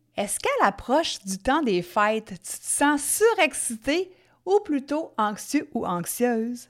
Est-ce qu'à l'approche du temps des fêtes, tu te sens surexcité ou plutôt anxieux ou anxieuse?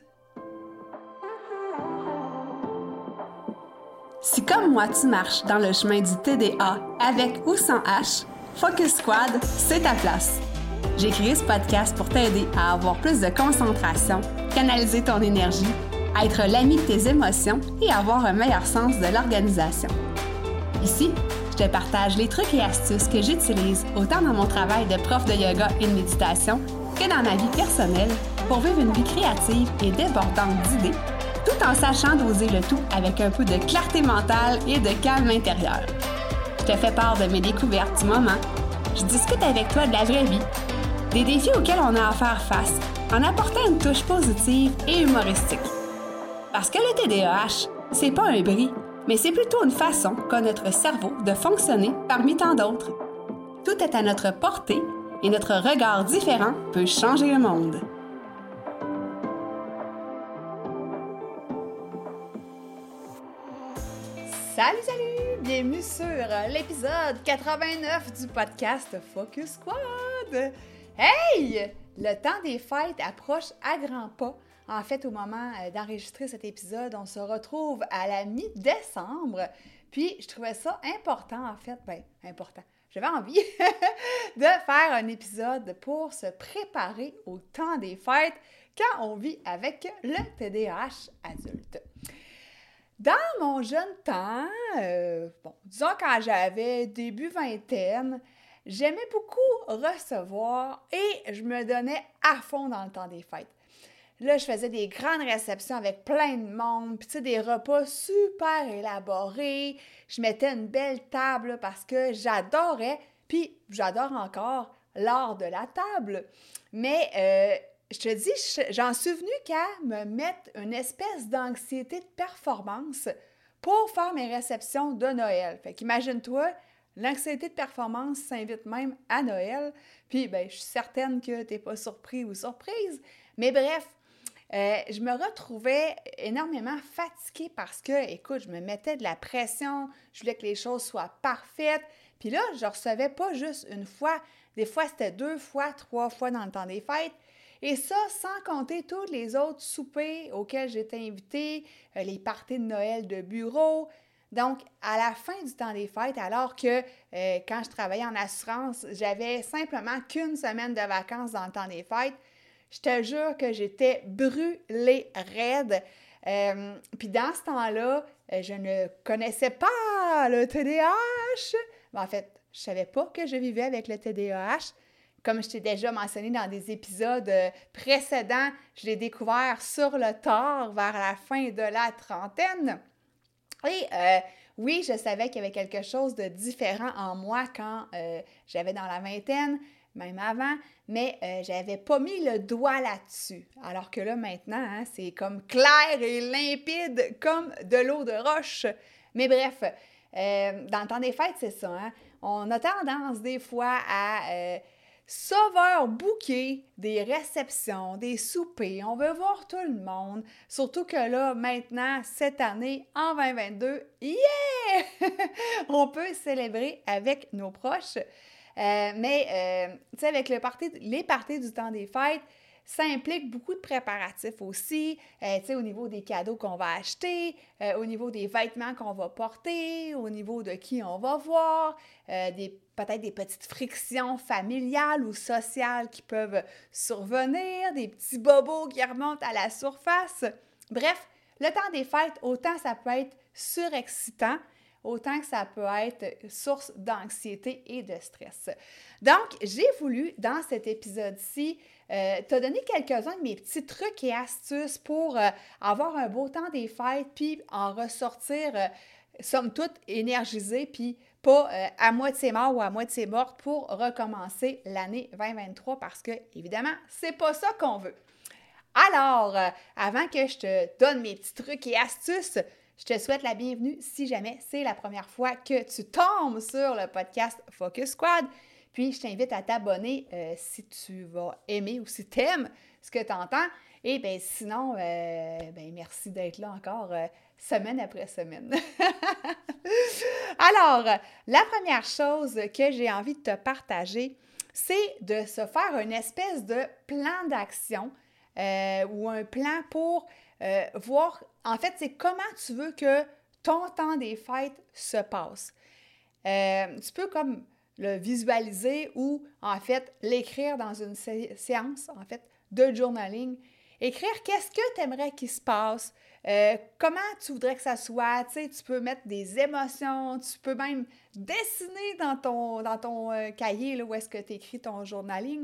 Si comme moi tu marches dans le chemin du TDA avec ou sans H, Focus Squad, c'est ta place. J'ai créé ce podcast pour t'aider à avoir plus de concentration, canaliser ton énergie, être l'ami de tes émotions et avoir un meilleur sens de l'organisation. Ici, je te partage les trucs et astuces que j'utilise autant dans mon travail de prof de yoga et de méditation que dans ma vie personnelle pour vivre une vie créative et débordante d'idées, tout en sachant doser le tout avec un peu de clarté mentale et de calme intérieur. Je te fais part de mes découvertes du moment. Je discute avec toi de la vraie vie, des défis auxquels on a à faire face, en apportant une touche positive et humoristique. Parce que le TDAH, c'est pas un bris, mais c'est plutôt une façon qu'a notre cerveau de fonctionner parmi tant d'autres. Tout est à notre portée et notre regard différent peut changer le monde. Salut! Bienvenue sur l'épisode 89 du podcast Focus Squad! Hey! Le temps des fêtes approche à grands pas. En fait, au moment d'enregistrer cet épisode, on se retrouve à la mi-décembre. Puis, je trouvais ça important, en fait, important. J'avais envie de faire un épisode pour se préparer au temps des fêtes quand on vit avec le TDAH adulte. Dans mon jeune temps, disons quand j'avais début vingtaine, j'aimais beaucoup recevoir et je me donnais à fond dans le temps des fêtes. Là, je faisais des grandes réceptions avec plein de monde, puis tu sais, des repas super élaborés. Je mettais une belle table parce que j'adorais, puis j'adore encore l'art de la table. Mais je te dis, j'en suis venue qu'à me mettre une espèce d'anxiété de performance pour faire mes réceptions de Noël. Fait qu'imagine-toi, l'anxiété de performance s'invite même à Noël. Puis, je suis certaine que tu n'es pas surpris ou surprise. Mais bref, je me retrouvais énormément fatiguée parce que, écoute, je me mettais de la pression, je voulais que les choses soient parfaites. Puis là, je ne recevais pas juste une fois, des fois c'était 2 fois, 3 fois dans le temps des fêtes. Et ça, sans compter tous les autres soupers auxquels j'étais invitée, les parties de Noël de bureau. Donc, à la fin du temps des fêtes, alors que quand je travaillais en assurance, j'avais simplement qu'une semaine de vacances dans le temps des fêtes, je te jure que j'étais brûlée raide. Puis dans ce temps-là, je ne connaissais pas le TDAH. En fait, je ne savais pas que je vivais avec le TDAH. Comme je t'ai déjà mentionné dans des épisodes précédents, je l'ai découvert sur le tard, vers la fin de la trentaine. Et oui, je savais qu'il y avait quelque chose de différent en moi quand j'avais dans la vingtaine, même avant, mais j'avais pas mis le doigt là-dessus. Alors que là, maintenant, c'est comme clair et limpide comme de l'eau de roche. Mais bref, dans le temps des fêtes, c'est ça. On a tendance des fois à s'overbooker des réceptions, des soupers. On veut voir tout le monde. Surtout que là, maintenant, cette année, en 2022, yeah! On peut célébrer avec nos proches. Mais tu sais, avec les parties du temps des fêtes, ça implique beaucoup de préparatifs aussi, tu sais, au niveau des cadeaux qu'on va acheter, au niveau des vêtements qu'on va porter, au niveau de qui on va voir, peut-être des petites frictions familiales ou sociales qui peuvent survenir, des petits bobos qui remontent à la surface. Bref, le temps des fêtes, autant ça peut être surexcitant, autant que ça peut être source d'anxiété et de stress. Donc, j'ai voulu, dans cet épisode-ci, te donner quelques-uns de mes petits trucs et astuces pour avoir un beau temps des fêtes, puis en ressortir, somme toute, énergisé, puis pas à moitié mort ou à moitié morte pour recommencer l'année 2023, parce que, évidemment, c'est pas ça qu'on veut. Alors, avant que je te donne mes petits trucs et astuces, je te souhaite la bienvenue si jamais c'est la première fois que tu tombes sur le podcast Focus Squad. Puis, je t'invite à t'abonner si tu vas aimer ou si tu aimes ce que tu entends. Et bien sinon, merci d'être là encore semaine après semaine. Alors, la première chose que j'ai envie de te partager, c'est de se faire une espèce de plan d'action ou un plan pour voir, en fait, c'est comment tu veux que ton temps des fêtes se passe. Tu peux comme le visualiser ou, en fait, l'écrire dans une séance, en fait, de journaling. Écrire qu'est-ce que tu aimerais qu'il se passe, comment tu voudrais que ça soit, tu sais, tu peux mettre des émotions, tu peux même dessiner dans ton cahier là, où est-ce que tu écris ton journaling.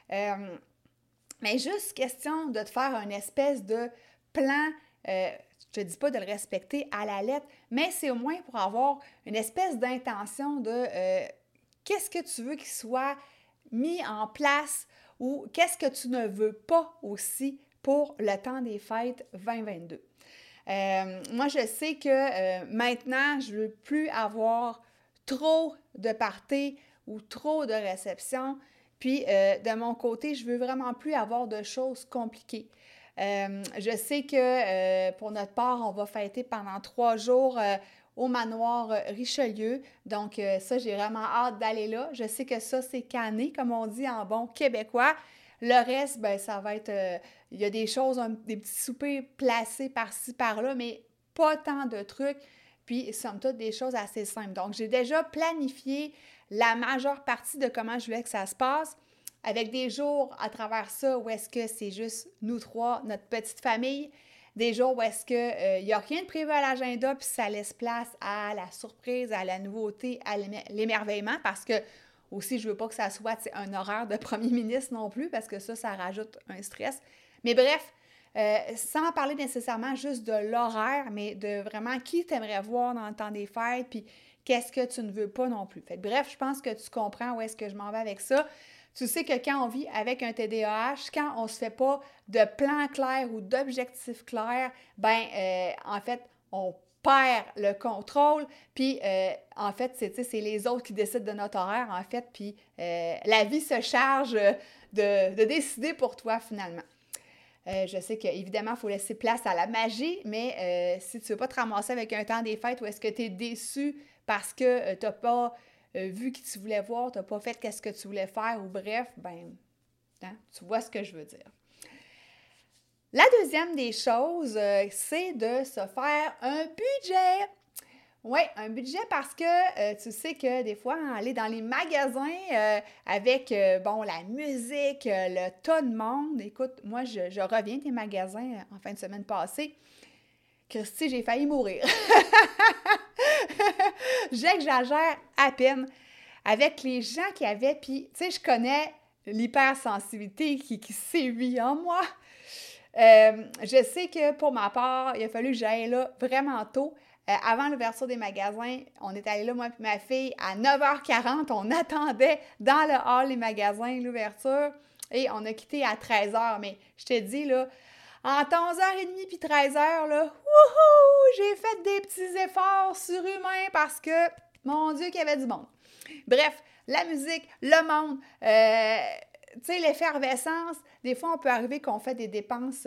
Mais juste question de te faire une espèce de plan, je te dis pas de le respecter à la lettre, mais c'est au moins pour avoir une espèce d'intention de qu'est-ce que tu veux qu'il soit mis en place ou qu'est-ce que tu ne veux pas aussi pour le temps des fêtes 2022. Moi, je sais que maintenant, je ne veux plus avoir trop de parties ou trop de réceptions. Puis, de mon côté, je ne veux vraiment plus avoir de choses compliquées. Je sais que pour notre part, on va fêter pendant 3 jours au manoir Richelieu. Donc, ça, j'ai vraiment hâte d'aller là. Je sais que ça, c'est canné, comme on dit en bon québécois. Le reste, ben ça va être... il y a des choses, des petits soupers placés par-ci, par-là, mais pas tant de trucs. Puis, somme toute, des choses assez simples. Donc, j'ai déjà planifié la majeure partie de comment je voulais que ça se passe, avec des jours à travers ça où est-ce que c'est juste nous trois, notre petite famille, des jours où est-ce qu'il n'y a rien de prévu à l'agenda, puis ça laisse place à la surprise, à la nouveauté, à l'émerveillement, parce que aussi, je ne veux pas que ça soit un horaire de premier ministre non plus, parce que ça rajoute un stress. Mais bref, sans parler nécessairement juste de l'horaire, mais de vraiment qui t'aimerais voir dans le temps des fêtes, puis qu'est-ce que tu ne veux pas non plus. Fait que, bref, je pense que tu comprends où est-ce que je m'en vais avec ça. Tu sais que quand on vit avec un TDAH, quand on ne se fait pas de plan clair ou d'objectifs clairs, en fait, on perd le contrôle, puis en fait, c'est les autres qui décident de notre horaire, en fait, puis la vie se charge de décider pour toi, finalement. Je sais qu'évidemment, il faut laisser place à la magie, mais si tu ne veux pas te ramasser avec un temps des fêtes où est-ce que tu es déçu parce que tu n'as pas vu qui tu voulais voir, tu n'as pas fait qu'est-ce que tu voulais faire, ou bref, tu vois ce que je veux dire. La deuxième des choses, c'est de se faire un budget. Oui, un budget parce que tu sais que des fois, aller dans les magasins avec, la musique, le tas de monde. Écoute, moi, je reviens des magasins en fin de semaine passée. Christy, j'ai failli mourir. J'exagère à peine avec les gens qu'il y avait. Puis, tu sais, je connais l'hypersensibilité qui sévit en moi. Je sais que pour ma part, il a fallu que j'aille là vraiment tôt. Avant l'ouverture des magasins, on est allé là, moi et ma fille, à 9h40. On attendait dans le hall les magasins, l'ouverture, et on a quitté à 13h. Mais je te dis, là, entre 11h30 puis 13h, là, wouhou, j'ai fait des petits efforts surhumains parce que, mon Dieu, qu'il y avait du monde. Bref, la musique, le monde, tu sais, l'effervescence, des fois, on peut arriver qu'on fait des dépenses,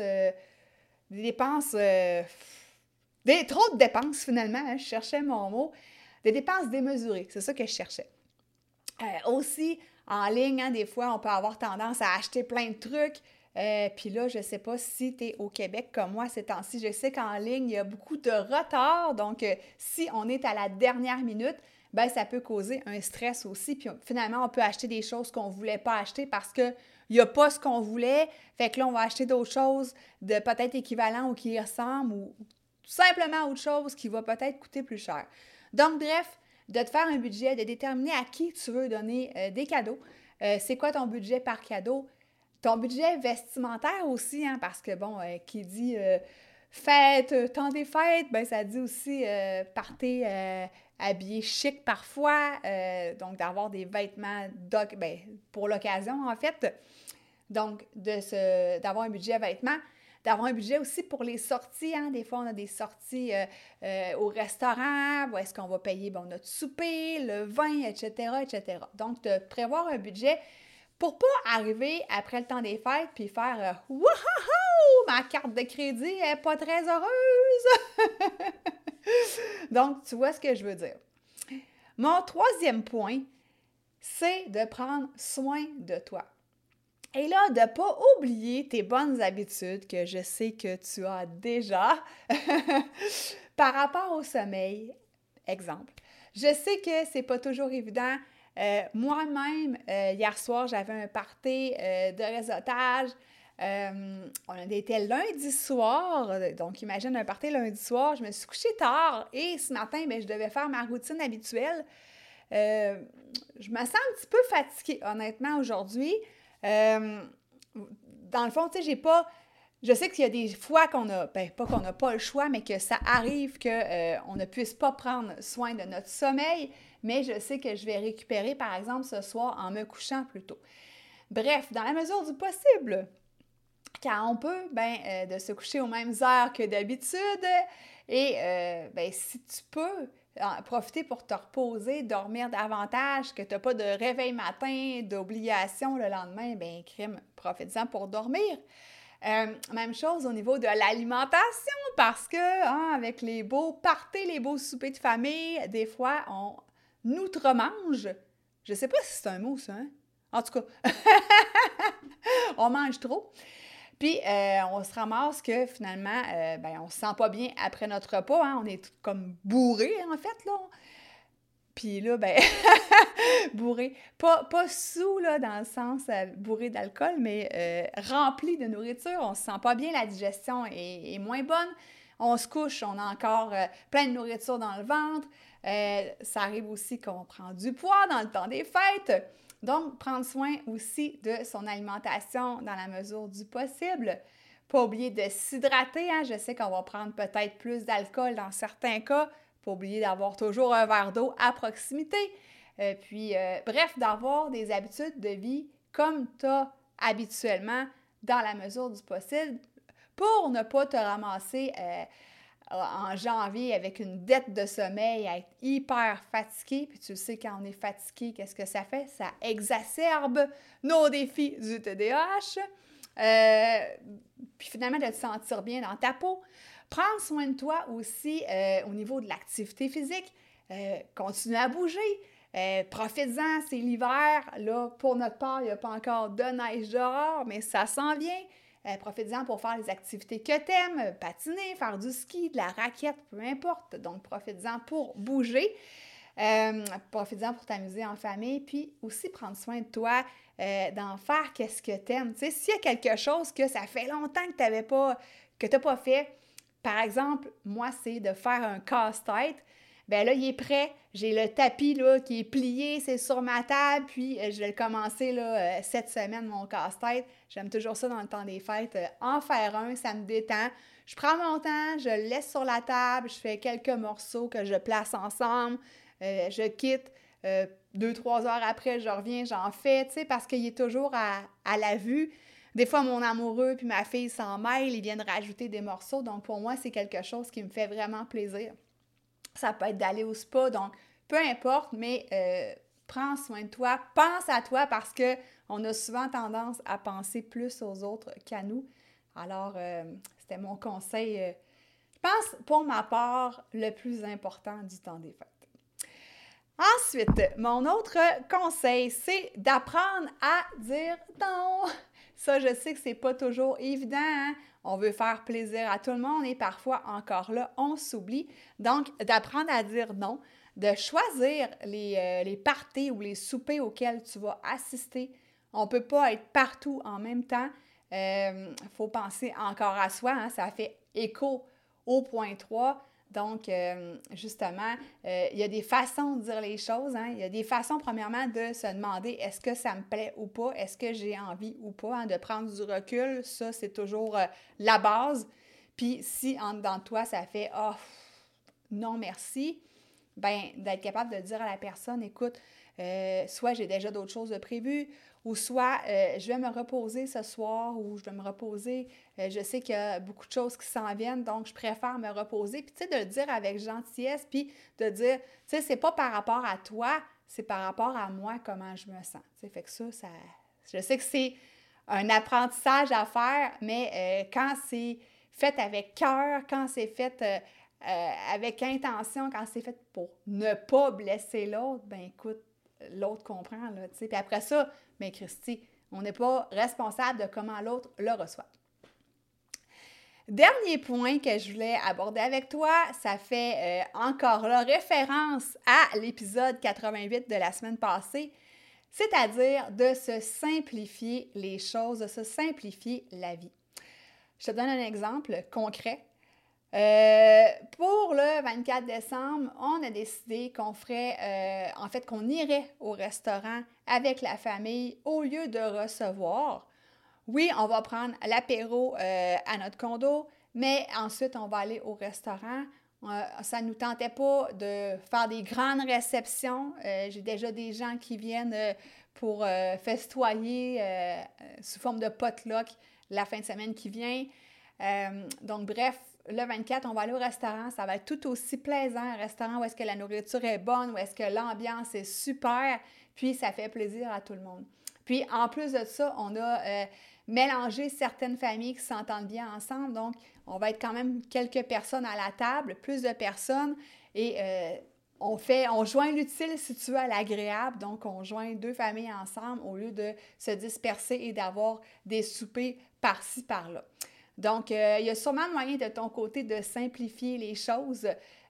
trop de dépenses, finalement, hein, je cherchais mon mot, des dépenses démesurées, c'est ça que je cherchais. Aussi, en ligne, hein, des fois, on peut avoir tendance à acheter plein de trucs, puis là, je ne sais pas si tu es au Québec comme moi ces temps-ci, je sais qu'en ligne, il y a beaucoup de retard, donc si on est à la dernière minute, ça peut causer un stress aussi. Puis finalement, on peut acheter des choses qu'on ne voulait pas acheter parce qu'il n'y a pas ce qu'on voulait. Fait que là, on va acheter d'autres choses de peut-être équivalent ou qui ressemblent ou tout simplement autre chose qui va peut-être coûter plus cher. Donc, bref, de te faire un budget, de déterminer à qui tu veux donner des cadeaux. C'est quoi ton budget par cadeau? Ton budget vestimentaire aussi, hein, parce que, qui dit fête, temps des fêtes, ça dit aussi partez habillé chic parfois, donc d'avoir des vêtements pour l'occasion, en fait. Donc, d'avoir un budget vêtements, d'avoir un budget aussi pour les sorties. Hein? Des fois, on a des sorties au restaurant, où est-ce qu'on va payer notre souper, le vin, etc., etc. Donc, de prévoir un budget pour pas arriver après le temps des fêtes puis faire « Wouhou! ma carte de crédit est pas très heureuse! » Donc, tu vois ce que je veux dire. Mon troisième point, c'est de prendre soin de toi. Et là, de ne pas oublier tes bonnes habitudes que je sais que tu as déjà par rapport au sommeil. Exemple, je sais que c'est pas toujours évident. Moi-même, hier soir, j'avais un party de réseautage. On était lundi soir, donc imagine un party lundi soir. Je me suis couchée tard et ce matin, je devais faire ma routine habituelle. Je me sens un petit peu fatiguée, honnêtement, aujourd'hui. Dans le fond, tu sais, je sais qu'il y a des fois qu'on a, pas qu'on n'a pas le choix, mais que ça arrive qu'on ne puisse pas prendre soin de notre sommeil, mais je sais que je vais récupérer, par exemple, ce soir en me couchant plus tôt. Bref, dans la mesure du possible, quand on peut, de se coucher aux mêmes heures que d'habitude, et si tu peux, profiter pour te reposer, dormir davantage, que tu n'as pas de réveil matin, d'obligation le lendemain, crime, profite-en pour dormir. Même chose au niveau de l'alimentation, parce que avec les beaux parties, les beaux soupers de famille, des fois, on outre-mange. Je sais pas si c'est un mot, ça, hein? En tout cas, on mange trop. Puis, on se ramasse que finalement, on se sent pas bien après notre repas. Hein? On est tout comme bourré, en fait, là. Puis là, bourré. Pas sous, là, dans le sens bourré d'alcool, mais rempli de nourriture. On se sent pas bien, la digestion est moins bonne. On se couche, on a encore plein de nourriture dans le ventre. Ça arrive aussi qu'on prend du poids dans le temps des fêtes. Donc, prendre soin aussi de son alimentation dans la mesure du possible. Pas oublier de s'hydrater. Hein? Je sais qu'on va prendre peut-être plus d'alcool dans certains cas. Pas oublier d'avoir toujours un verre d'eau à proximité. Bref, d'avoir des habitudes de vie comme tu as habituellement dans la mesure du possible pour ne pas te ramasser en janvier avec une dette de sommeil, à être hyper fatigué. Puis tu le sais, quand on est fatigué, qu'est-ce que ça fait? Ça exacerbe nos défis du TDAH. Puis finalement, de te sentir bien dans ta peau. Prends soin de toi aussi au niveau de l'activité physique. Continue à bouger. Profites-en, c'est l'hiver. Là, pour notre part, il n'y a pas encore de neige dehors, mais ça s'en vient. Profite-en pour faire les activités que tu aimes, patiner, faire du ski, de la raquette, peu importe. Donc, profite-en pour bouger. Profite-en pour t'amuser en famille. Puis aussi, prendre soin de toi, d'en faire qu'est-ce que tu aimes. Tu sais, s'il y a quelque chose que ça fait longtemps que tu n'as pas fait, par exemple, moi, c'est de faire un casse-tête. Là, il est prêt. J'ai le tapis là, qui est plié, c'est sur ma table, puis je vais le commencer là, cette semaine, mon casse-tête. J'aime toujours ça dans le temps des fêtes, en faire un, ça me détend. Je prends mon temps, je le laisse sur la table, je fais quelques morceaux que je place ensemble, je quitte, 2-3 heures après, je reviens, j'en fais, tu sais, parce qu'il est toujours à la vue. Des fois, mon amoureux puis ma fille s'en mêlent, ils viennent rajouter des morceaux, donc pour moi, c'est quelque chose qui me fait vraiment plaisir. Ça peut être d'aller au spa, donc peu importe, mais prends soin de toi, pense à toi parce qu'on a souvent tendance à penser plus aux autres qu'à nous. Alors, c'était mon conseil, je pense, pour ma part, le plus important du temps des fêtes. Ensuite, mon autre conseil, c'est d'apprendre à dire non. Ça, je sais que c'est pas toujours évident, hein? On veut faire plaisir à tout le monde et parfois, encore là, on s'oublie. Donc, d'apprendre à dire non, de choisir les parties ou les soupers auxquels tu vas assister. On ne peut pas être partout en même temps. Faut penser encore à soi, hein? Ça fait écho au point 3. Donc, justement, il y a des façons de dire les choses. Hein? Il y a des façons, premièrement, de se demander est-ce que ça me plaît ou pas, est-ce que j'ai envie ou pas, hein? De prendre du recul. Ça, c'est toujours la base. Puis, si en dedans de toi, ça fait « Ah, non, merci », d'être capable de dire à la personne « Écoute, soit j'ai déjà d'autres choses de prévues, ou soit je vais me reposer ce soir, ou je vais me reposer, je sais qu'il y a beaucoup de choses qui s'en viennent, donc je préfère me reposer. » Puis tu sais, de le dire avec gentillesse, puis de dire, tu sais, c'est pas par rapport à toi, c'est par rapport à moi, comment je me sens. Tu sais, fait que ça, je sais que c'est un apprentissage à faire, mais quand c'est fait avec cœur, quand c'est fait avec intention, quand c'est fait pour ne pas blesser l'autre, ben écoute, l'autre comprend, là, tu sais. Puis après ça, ben Christy, on n'est pas responsable de comment l'autre le reçoit. Dernier point que je voulais aborder avec toi, ça fait encore là référence à l'épisode 88 de la semaine passée, c'est-à-dire de se simplifier les choses, de se simplifier la vie. Je te donne un exemple concret. Pour le 24 décembre, on a décidé qu'on ferait, qu'on irait au restaurant avec la famille au lieu de recevoir. Oui, on va prendre l'apéro à notre condo, mais ensuite, on va aller au restaurant. Ça ne nous tentait pas de faire des grandes réceptions. J'ai déjà des gens qui viennent pour festoyer sous forme de potluck la fin de semaine qui vient. Donc, bref, le 24, on va aller au restaurant. Ça va être tout aussi plaisant, un restaurant où est-ce que la nourriture est bonne, où est-ce que l'ambiance est super, puis ça fait plaisir à tout le monde. Puis, en plus de ça, on a mélangé certaines familles qui s'entendent bien ensemble. Donc, on va être quand même quelques personnes à la table, plus de personnes, et on joint l'utile si tu veux à l'agréable. Donc, on joint deux familles ensemble au lieu de se disperser et d'avoir des soupers par-ci, par-là. Donc, il y a sûrement moyen de ton côté de simplifier les choses.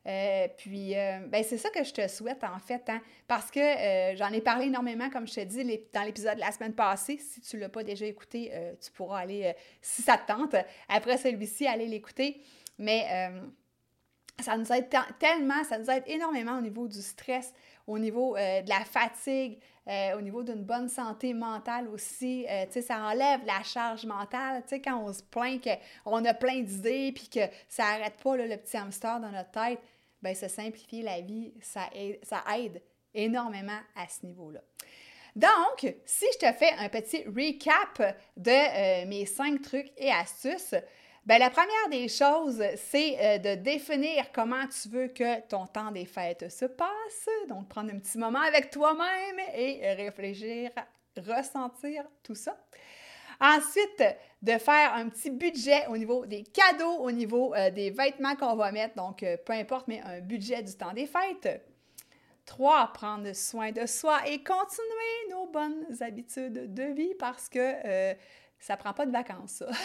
C'est ça que je te souhaite en fait, hein, parce que j'en ai parlé énormément, comme je te dis, dans l'épisode de la semaine passée. Si tu ne l'as pas déjà écouté, tu pourras aller, si ça te tente, après celui-ci, aller l'écouter. Mais ça nous aide tellement, ça nous aide énormément au niveau du stress, au niveau de la fatigue, au niveau d'une bonne santé mentale aussi. Tu sais, ça enlève la charge mentale. Tu sais, quand on se plaint qu'on a plein d'idées puis que ça n'arrête pas là, le petit hamster dans notre tête, bien, se simplifier la vie, ça aide énormément à ce niveau-là. Donc, si je te fais un petit recap de mes 5 trucs et astuces, bien, la première des choses, c'est de définir comment tu veux que ton temps des fêtes se passe. Donc, prendre un petit moment avec toi-même et réfléchir, ressentir tout ça. Ensuite, de faire un petit budget au niveau des cadeaux, au niveau des vêtements qu'on va mettre. Donc, peu importe, mais un budget du temps des fêtes. 3, prendre soin de soi et continuer nos bonnes habitudes de vie parce que ça ne prend pas de vacances, ça.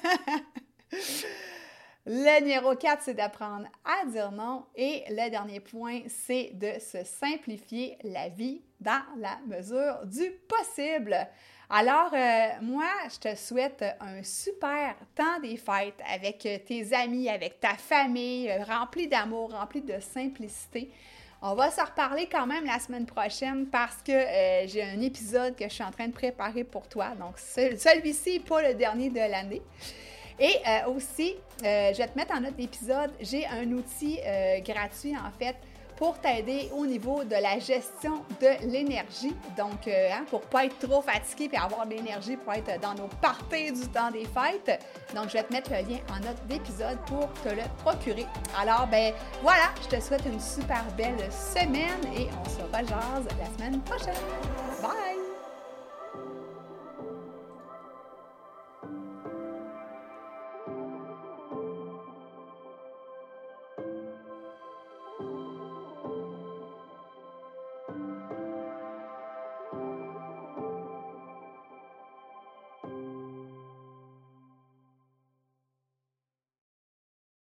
Le numéro 4, c'est d'apprendre à dire non. Et le dernier point, c'est de se simplifier la vie dans la mesure du possible. Alors, moi, je te souhaite un super temps des fêtes avec tes amis, avec ta famille, rempli d'amour, rempli de simplicité. On va se reparler quand même la semaine prochaine parce que j'ai un épisode que je suis en train de préparer pour toi. Donc, celui-ci n'est pas le dernier de l'année. Et aussi, je vais te mettre en note d'épisode, j'ai un outil gratuit en fait pour t'aider au niveau de la gestion de l'énergie. Donc, pour ne pas être trop fatigué et avoir de l'énergie pour être dans nos parties du temps des fêtes. Donc, je vais te mettre le lien en note d'épisode pour te le procurer. Alors, ben voilà, je te souhaite une super belle semaine et on se rejase la semaine prochaine. Bye!